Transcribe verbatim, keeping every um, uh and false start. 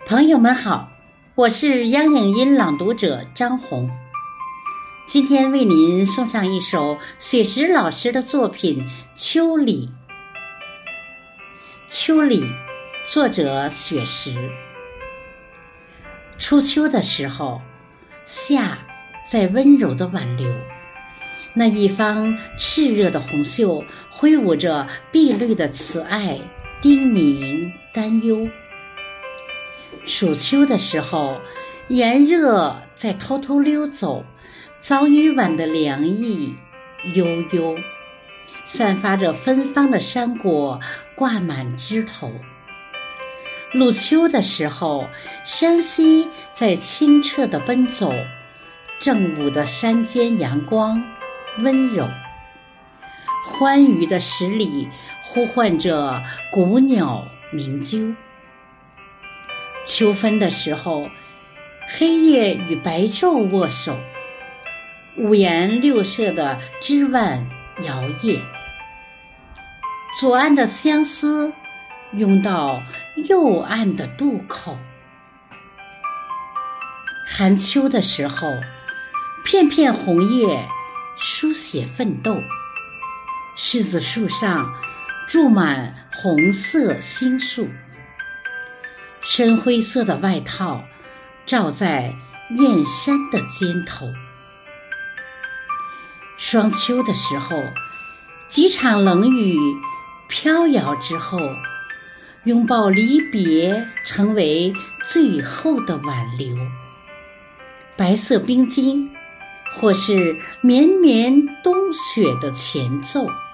朋友们好，我是央影音朗读者张红，今天为您送上一首雪石老师的作品《秋里》。秋里，作者雪石。初秋的时候，夏在温柔的挽留，那一方炽热的红袖挥舞着碧绿的慈爱、叮咛、担忧。暑秋的时候，炎热在偷偷溜走，早已晚的凉意悠悠，散发着芬芳的山果挂满枝头。入秋的时候，山溪在清澈的奔走，正午的山间阳光温柔，欢愉的十里呼唤着古鸟鸣啾。秋分的时候，黑夜与白昼握手，五颜六色的枝蔓摇曳，左岸的相思涌到右岸的渡口。寒秋的时候，片片红叶书写奋斗，柿子树上住满红色杏树，深灰色的外套罩在燕山的肩头。霜秋的时候，几场冷雨飘摇之后，拥抱离别成为最后的挽留。白色冰晶，或是绵绵冬雪的前奏。